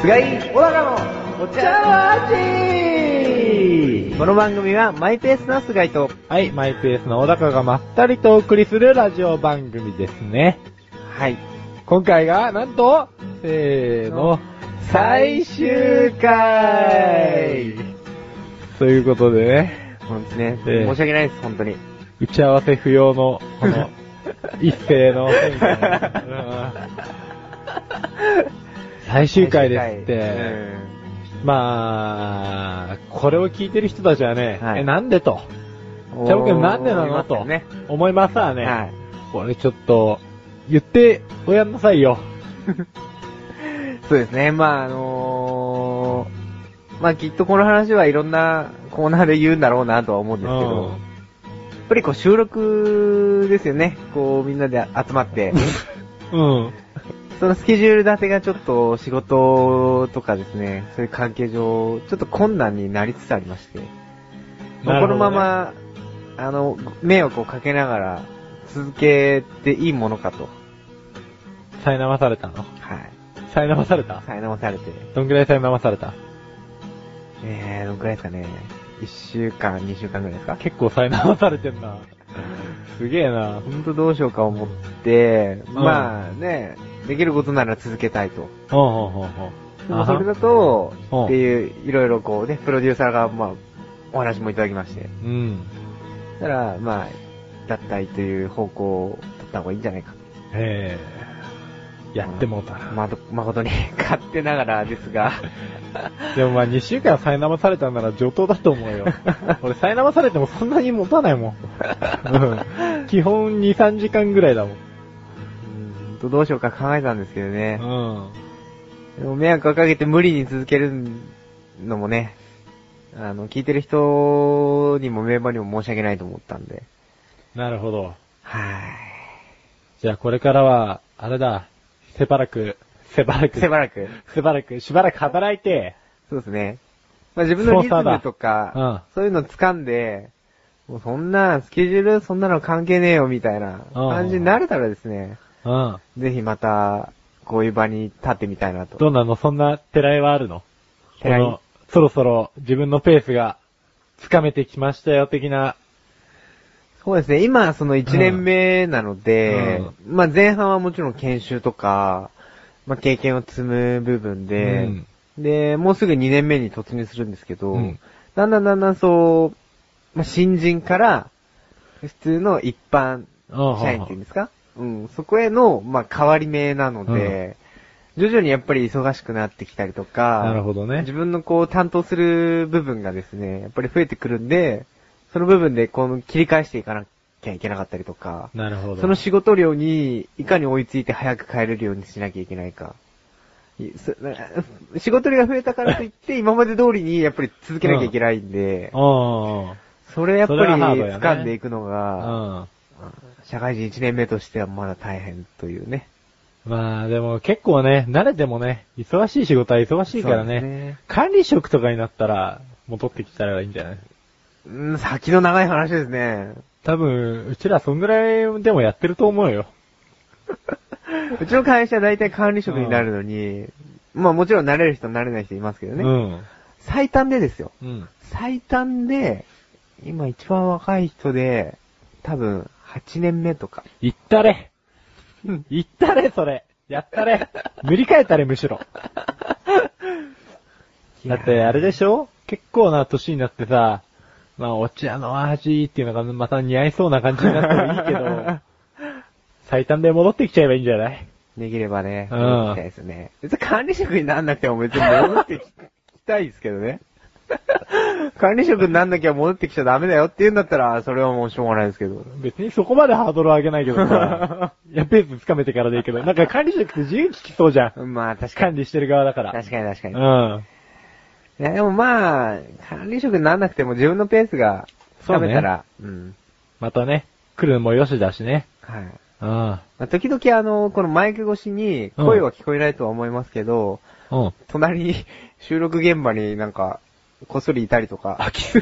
菅井小高のお茶の味。この番組はマイペースな菅井と、 はい、マイペースの小高がまったりとお送りするラジオ番組ですね。 はい。 今回が、なんと、せーの、 最終回ということでね。 そうですね。申し訳ないです、本当に。 打ち合わせ不要の、この、一斉の変化。最終回ですって。まあ、これを聞いてる人たちはね、 はい、 なんでと。チャボくんなんでなのと、思いますわね。 はい。 これちょっと、言っておやんなさいよ。 そうですね。まあきっとこの話はいろんなコーナーで言うんだろうなとは思うんですけど、やっぱりこう収録ですよね。こうみんなで集まって。 うん。 そのスケジュール立てがちょっと仕事とかですね、そういう関係上、ちょっと困難になりつつありまして。このまま、迷惑をかけながら続けていいものかと。 苛まされたの？はい。苛された？ 苛されて。 どんくらい苛された？ どんくらいですかね。1週間、2週間くらいですか？ 結構苛されてんな。すげえな。 ほんとどうしようか思って、まあね、できることなら続けたいと。でもそれだと、っていう、いろいろこうね、プロデューサーがまあ、お話もいただきまして。 うん。 だから、まあ、脱退という方向を取った方がいいんじゃないかと。 へえ。やってもうたら。 誠に勝手ながらですが。 でもまあ2週間苛されたんなら上等だと思うよ。俺苛されてもそんなに持たないもん。基本2、3時間ぐらいだもん。 どうしようか考えたんですけどね。 うん。 でも迷惑をかけて無理に続けるのもね、聞いてる人にもメンバーにも申し訳ないと思ったんで。 なるほど。 はい。 じゃあこれからは、あれだ、しばらく働いて。 そうですね。まあ、自分のリズムとか、そういうの掴んで、もうそんな、スケジュールそんなの関係ねえよみたいな感じになれたらですね。ぜひまた、こういう場に立ってみたいなと。 どうなの？そんなてらいはあるの？そろそろ自分のペースが掴めてきましたよ、的な。 そうですね。今、その1年目なので、まあ前半はもちろん研修とか、まあ経験を積む部分で、で、もうすぐ2年目に突入するんですけど、だんだんそう、まあ新人から、普通の一般社員っていうんですか？そこへの、まあ変わり目なので、徐々にやっぱり忙しくなってきたりとか、 なるほどね。 自分のこう担当する部分がですね、やっぱり増えてくるんで、その部分でこの切り返していかなきゃいけなかったりとか、 なるほど。 その仕事量にいかに追いついて早く帰れるようにしなきゃいけないか。仕事量が増えたからといって今まで通りにやっぱり続けなきゃいけないんで、それやっぱり掴んでいくのが、社会人1年目としてはまだ大変というね。 まあでも結構ね、慣れてもね、忙しい仕事は忙しいからね。管理職とかになったら戻ってきたらいいんじゃない？ 先の長い話ですね。 多分、うちらそんぐらいでもやってると思うよ。 うちの会社は大体管理職になるのに、まあもちろん慣れる人慣れない人いますけどね。最短でですよ。最短で、今一番若い人で、多分8年目とか。 言ったれそれやったれ塗り替えたれむしろ。だってあれでしょ？結構な年になってさ、まあお茶の味っていうのがまた似合いそうな感じになってもいいけど、最短で戻ってきちゃえばいいんじゃない？ できればね、戻ってきたいですね。別に管理職になんなくても別に戻ってきたいですけどね。管理職になんなきゃ戻ってきちゃダメだよって言うんだったら、それはもうしょうがないですけど。 別にそこまでハードル上げないけどさ。いや、ペース掴めてからでいいけど、なんか管理職って自由に聞きそうじゃん。 まあ確かに。 管理してる側だから。 確かに。いやでもまあ、管理職になんなくても自分のペースが掴めたら、 またね、来るのもよしだしね。 はい。まあ、時々このマイク越しに声は聞こえないとは思いますけど、隣に収録現場になんか、こっそりいたりとか。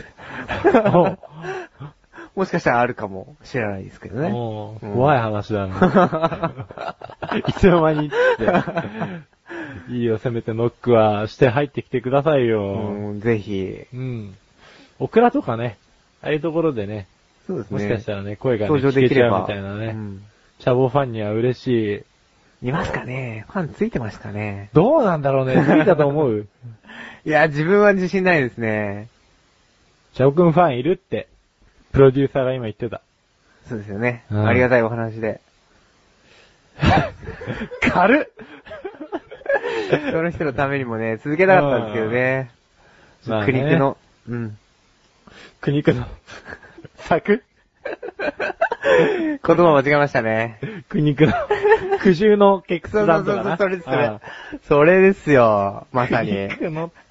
もしかしたらあるかもしれないですけどね。 怖い話だな。いつの間にって。 いいよ、せめてノックはして入ってきてくださいよ。 ぜひ。 オクラとかね、ああいうところでね、 そうですね。 もしかしたらね、声がね、 登場できれば聞けちゃうみたいなね。チャボファンには嬉しい。 いますかね？ファンついてますかね？ どうなんだろうね、ついたと思ういや、自分は自信ないですね。 チャボくんファンいるって、プロデューサーが今言ってた。 そうですよね。ありがたいお話で。 軽っその人のためにもね、続けたかったんですけどね。 まあね苦肉の、 苦肉の作言葉間違えましたね。 苦肉の苦渋の決断だな。 それです、それですよ、まさに。 苦肉の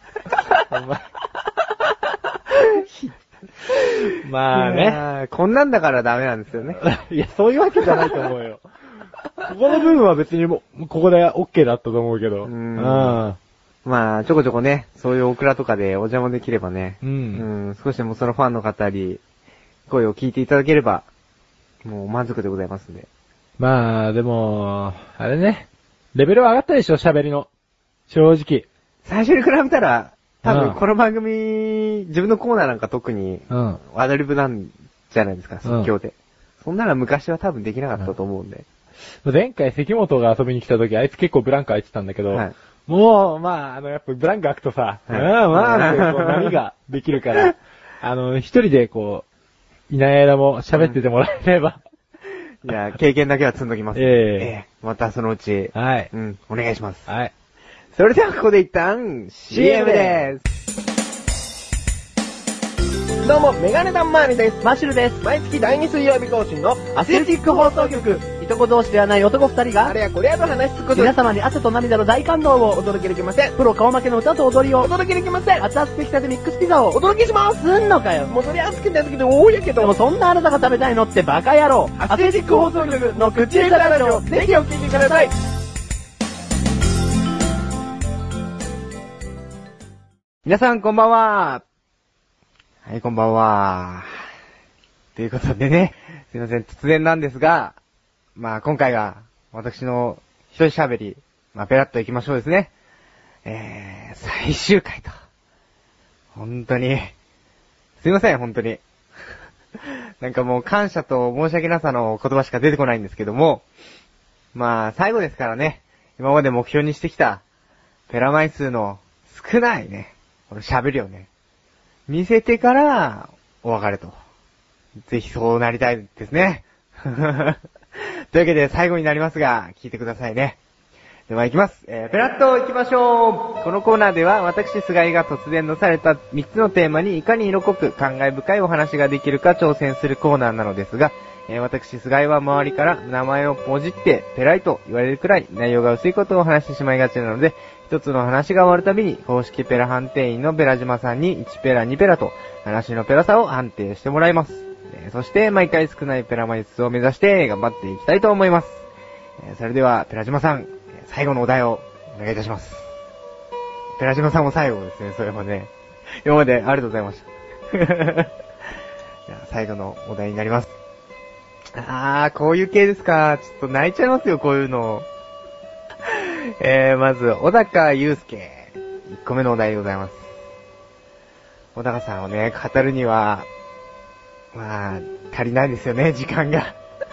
まあね。 こんなんだからダメなんですよね。 いや、そういうわけじゃないと思うよ。ここの部分は別にもう、ここで OK だったと思うけど。 まあ、ちょこちょこね、そういうオクラとかでお邪魔できればね。少しでもそのファンの方に声を聞いていただければ、もう満足でございますんで。 まあ、でも、あれね。レベルは上がったでしょ、喋りの。正直。 最初に比べたら、多分この番組、自分のコーナーなんか特に、アドリブなんじゃないですか、即興で。そんなら昔は多分できなかったと思うんで。 前回関本が遊びに来た時、あいつ結構ブランク空いてたんだけど、もう、まあ、やっぱブランク空くとさ、まあ、こう波ができるから、一人でこう、いない間も喋っててもらえれば。 いや、経験だけは積んどきます。またそのうち、お願いします。それではここで一旦、CM です。 どうも、メガネタンマーニです。マッシュルです。毎月第2水曜日更新のアスレチック放送局。いとこ同士ではない男二人が、あれやこれやと話すことで、皆様に汗と涙の大感動をお届けできません。プロ顔負けの歌と踊りをお届けできません。熱々出来たてミックスピザをお届けします。すんのかよ。もうそりゃ熱くて熱くて多いやけど。でもそんなあなたが食べたいのってバカ野郎。アスレチック放送局の口下手ラジオ、ぜひお聞きください。 皆さんこんばんは。はい、こんばんは。ということでね、すいません、突然なんですが、まあ今回が私の一人喋り、まあペラッと行きましょうですね。最終回と。本当に、すいません、本当に。なんかもう感謝と申し訳なさの言葉しか出てこないんですけども、まあ最後ですからね、今まで目標にしてきた、ペラ枚数の少ないね、この喋りをね、見せてから、お別れと。ぜひそうなりたいですね。というわけで最後になりますが、聞いてくださいね。では行きます。ペラッと行きましょう。このコーナーでは私、菅井が突然出された3つのテーマにいかに色濃く感慨深いお話ができるか挑戦するコーナーなのですが、私、菅井は周りから名前をもじってペライと言われるくらい内容が薄いことを話してしまいがちなので、一つの話が終わるたびに公式ペラ判定員のベラ島さんに1ペラ2ペラと話のペラさを判定してもらいます。そして毎回少ないペラ枚数を目指して頑張っていきたいと思います。それではペラ島さん、最後のお題をお願いいたします。ペラ島さんも最後ですね、それもね。今までありがとうございました。じゃあ最後のお題になります。こういう系ですか。ちょっと泣いちゃいますよ、こういうの。まず、小高祐介。1個目のお題でございます。小高さんをね、語るには、まあ、足りないですよね、時間が。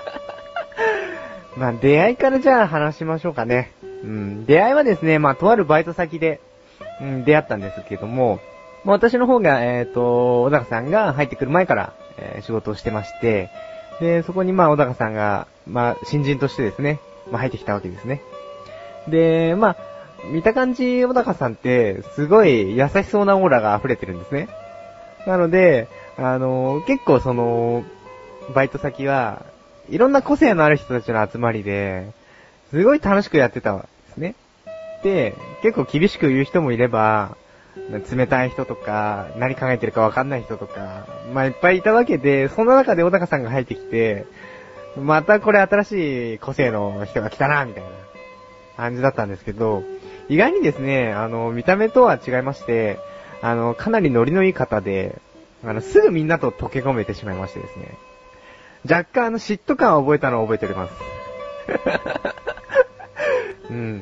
まあ、出会いからじゃあ話しましょうかね。出会いはですね、まあ、とあるバイト先で、出会ったんですけども、まあ、私の方が、小高さんが入ってくる前から、仕事をしてまして、で、そこにまあ、小高さんが、まあ、新人としてですね、まあ、入ってきたわけですね。で、まあ、見た感じ、小高さんって、すごい優しそうなオーラが溢れてるんですね。なので、結構その、バイト先は、いろんな個性のある人たちの集まりで、すごい楽しくやってたんですね。で、結構厳しく言う人もいれば、冷たい人とか、何考えてるかわかんない人とか、まあいっぱいいたわけで、その中で小高さんが入ってきて、またこれ新しい個性の人が来たな、みたいな感じだったんですけど、意外にですね、見た目とは違いまして、かなりノリのいい方で、すぐみんなと溶け込めてしまいましてですね。若干嫉妬感を覚えたのを覚えております。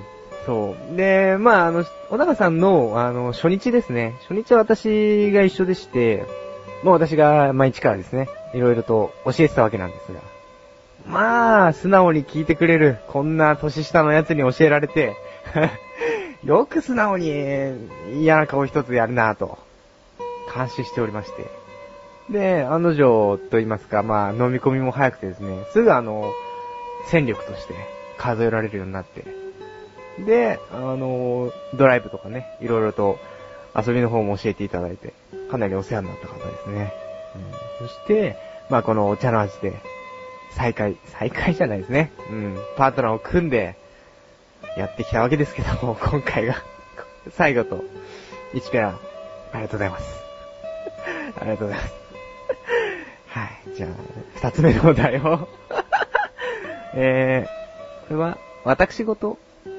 そう。で、まあ小高さんの、初日ですね。初日は私が一緒でして、もう私が、一からですね、いろいろと教えてたわけなんですが。まあ、素直に聞いてくれる、こんな年下のやつに教えられて、よく素直に嫌な顔一つやるなぁと、監視しておりまして。で、案の定と言いますか、飲み込みも早くてですね、すぐ戦力として数えられるようになって。で、ドライブとかね、いろいろと遊びの方も教えていただいて、かなりお世話になった方ですね。そして、このお茶の味で、再会じゃないですね。パートナーを組んで、やってきたわけですけども、今回が、最後と、1ペア、ありがとうございます。ありがとうございます。はい、じゃあ、2つ目のお題を。これは、私事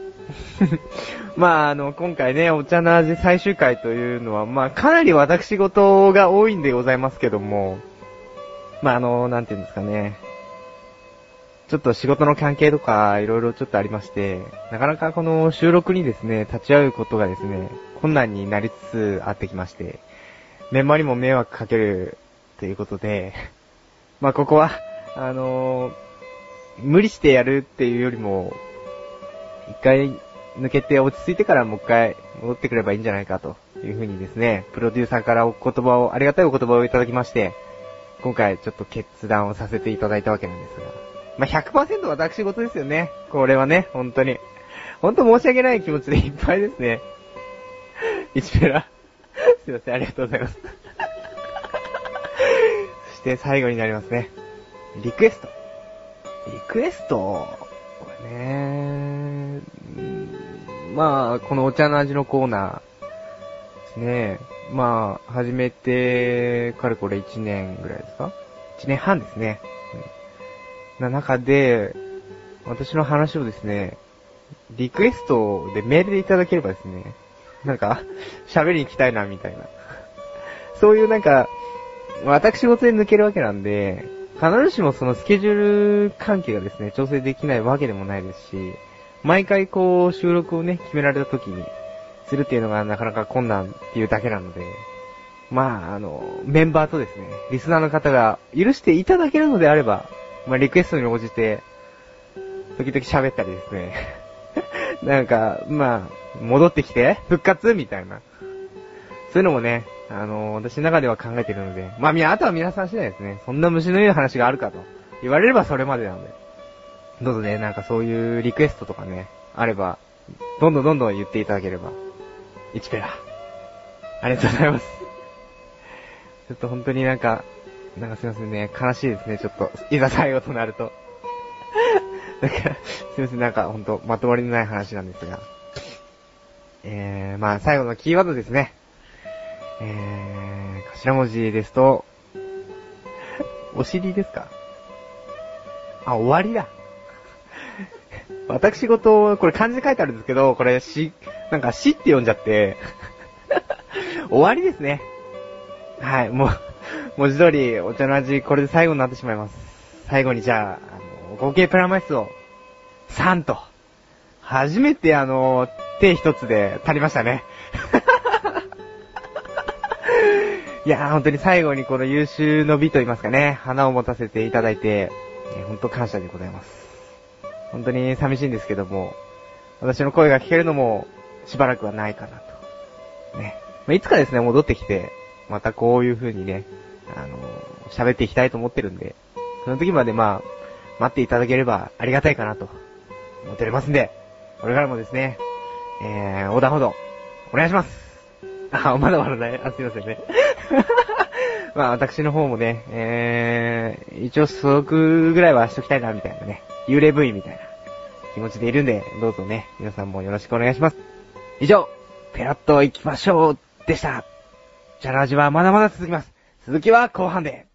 今回ね、お茶の味最終回というのは、かなり私事が多いんでございますけども、なんていうんですかね。ちょっと仕事の関係とか、いろいろちょっとありまして、なかなかこの収録にですね、立ち会うことがですね、困難になりつつあってきまして、メンバーにも迷惑かけるということで、ここは、無理してやるっていうよりも、一回抜けて落ち着いてからもう一回戻ってくればいいんじゃないかというふうにですね、プロデューサーからありがたいお言葉をいただきまして、今回ちょっと決断をさせていただいたわけなんですが、100% 私事ですよね。これはね、本当に。本当申し訳ない気持ちでいっぱいですね。1ペラ。すいません、ありがとうございます。そして最後になりますね。リクエスト。これね、このお茶の味のコーナーですね。始めて、かれこれ1年ぐらいですか ?1 年半ですね。な中で、私の話をですね、リクエストでメールでいただければですね、喋りに行きたいな、みたいな。そういう私事で抜けるわけなんで、必ずしもそのスケジュール関係がですね、調整できないわけでもないですし、毎回収録をね、決められた時に、するっていうのがなかなか困難っていうだけなので、メンバーとですね、リスナーの方が許していただけるのであれば、リクエストに応じて、時々喋ったりですね。戻ってきて、復活みたいな。そういうのもね、私の中では考えているので、あとは皆さん次第ですね。そんな虫のような話があるかと言われればそれまでなので。どうぞね、そういうリクエストとかね、あれば、どんどん言っていただければ。1ペラ。ありがとうございます。ちょっと本当にすいませんね、悲しいですね、ちょっと。いざ最後となると。すいません、本当まとまりのない話なんですが。最後のキーワードですね。頭文字ですと、お尻ですか？終わりだ。私事、これ漢字書いてあるんですけど、これ詩って読んじゃって、終わりですね。はい、もう、文字通り、お茶の味、これで最後になってしまいます。最後にじゃあ、合計プラマイスを、3と。初めて手一つで足りましたね。いやー、本当に最後にこの優秀の美と言いますかね、花を持たせていただいて、本当感謝でございます。本当に寂しいんですけども、私の声が聞けるのもしばらくはないかなと。ね。いつかですね、戻ってきて、またこういう風にね、喋っていきたいと思ってるんで、その時まで待っていただければありがたいかなと思っておりますんで、これからもですね、横断歩道、お願いします。まだね、すいませんね。私の方もね、一応所属ぐらいはしときたいな、みたいなね。幽霊部員みたいな気持ちでいるんで、どうぞね、皆さんもよろしくお願いします。以上、ペラッと行きましょうでした。チャラジはまだまだ続きます。続きは後半で。